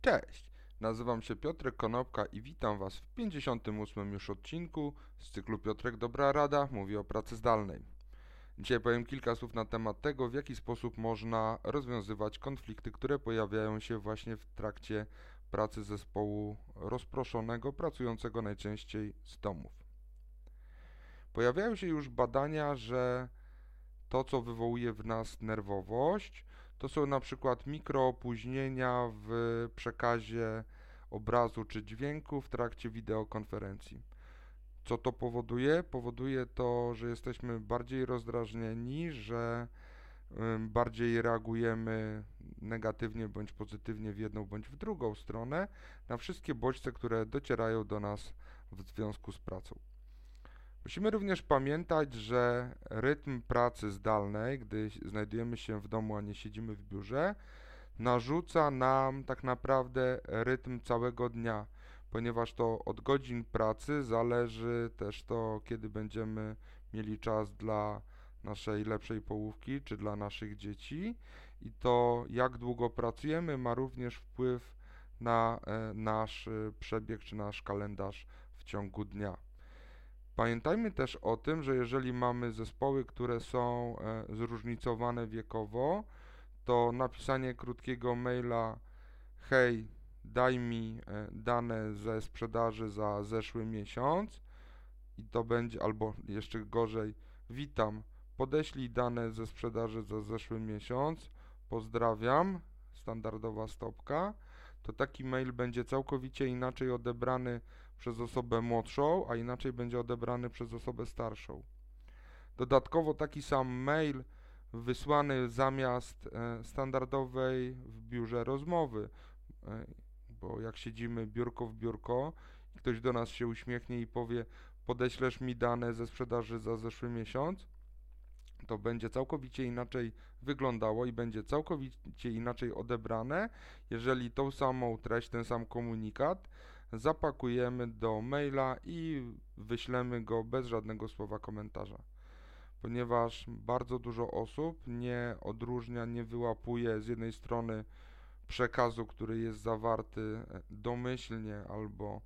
Cześć, nazywam się Piotrek Konopka i witam Was w 58. już odcinku z cyklu Piotrek Dobra Rada mówi o pracy zdalnej. Dzisiaj powiem kilka słów na temat tego, w jaki sposób można rozwiązywać konflikty, które pojawiają się właśnie w trakcie pracy zespołu rozproszonego, pracującego najczęściej z domów. Pojawiają się już badania, że to, co wywołuje w nas nerwowość, to są na przykład mikroopóźnienia w przekazie obrazu czy dźwięku w trakcie wideokonferencji. Co to powoduje? Powoduje to, że jesteśmy bardziej rozdrażnieni, że bardziej reagujemy negatywnie bądź pozytywnie w jedną bądź w drugą stronę na wszystkie bodźce, które docierają do nas w związku z pracą. Musimy również pamiętać, że rytm pracy zdalnej, gdy znajdujemy się w domu, a nie siedzimy w biurze, narzuca nam tak naprawdę rytm całego dnia, ponieważ to od godzin pracy zależy też to, kiedy będziemy mieli czas dla naszej lepszej połówki czy dla naszych dzieci i to, jak długo pracujemy, ma również wpływ na nasz przebieg czy nasz kalendarz w ciągu dnia. Pamiętajmy też o tym, że jeżeli mamy zespoły, które są zróżnicowane wiekowo, to napisanie krótkiego maila: hej, daj mi dane ze sprzedaży za zeszły miesiąc i to będzie, albo jeszcze gorzej, witam, podeślij dane ze sprzedaży za zeszły miesiąc, pozdrawiam, standardowa stopka, to taki mail będzie całkowicie inaczej odebrany przez osobę młodszą, a inaczej będzie odebrany przez osobę starszą. Dodatkowo taki sam mail wysłany zamiast standardowej w biurze rozmowy, bo jak siedzimy biurko w biurko i ktoś do nas się uśmiechnie i powie: podeślesz mi dane ze sprzedaży za zeszły miesiąc, to będzie całkowicie inaczej wyglądało i będzie całkowicie inaczej odebrane, jeżeli tą samą treść, ten sam komunikat zapakujemy do maila i wyślemy go bez żadnego słowa komentarza. Ponieważ bardzo dużo osób nie odróżnia, nie wyłapuje z jednej strony przekazu, który jest zawarty domyślnie albo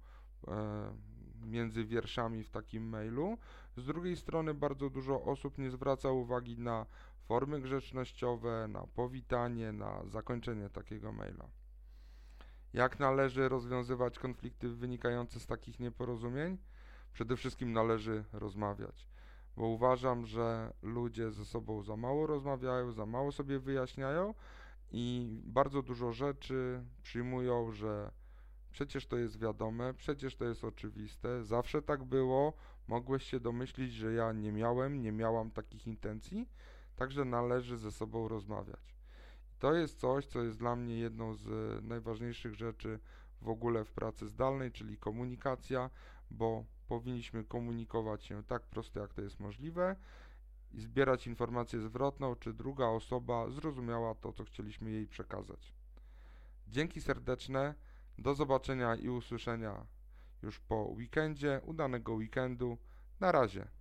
między wierszami w takim mailu. Z drugiej strony bardzo dużo osób nie zwraca uwagi na formy grzecznościowe, na powitanie, na zakończenie takiego maila. Jak należy rozwiązywać konflikty wynikające z takich nieporozumień? Przede wszystkim należy rozmawiać, bo uważam, że ludzie ze sobą za mało rozmawiają, za mało sobie wyjaśniają i bardzo dużo rzeczy przyjmują, że przecież to jest wiadome, przecież to jest oczywiste, zawsze tak było, mogłeś się domyślić, że ja nie miałam takich intencji, także należy ze sobą rozmawiać. To jest coś, co jest dla mnie jedną z najważniejszych rzeczy w ogóle w pracy zdalnej, czyli komunikacja, bo powinniśmy komunikować się tak prosto, jak to jest możliwe i zbierać informację zwrotną, czy druga osoba zrozumiała to, co chcieliśmy jej przekazać. Dzięki serdeczne, do zobaczenia i usłyszenia już po weekendzie, udanego weekendu, na razie.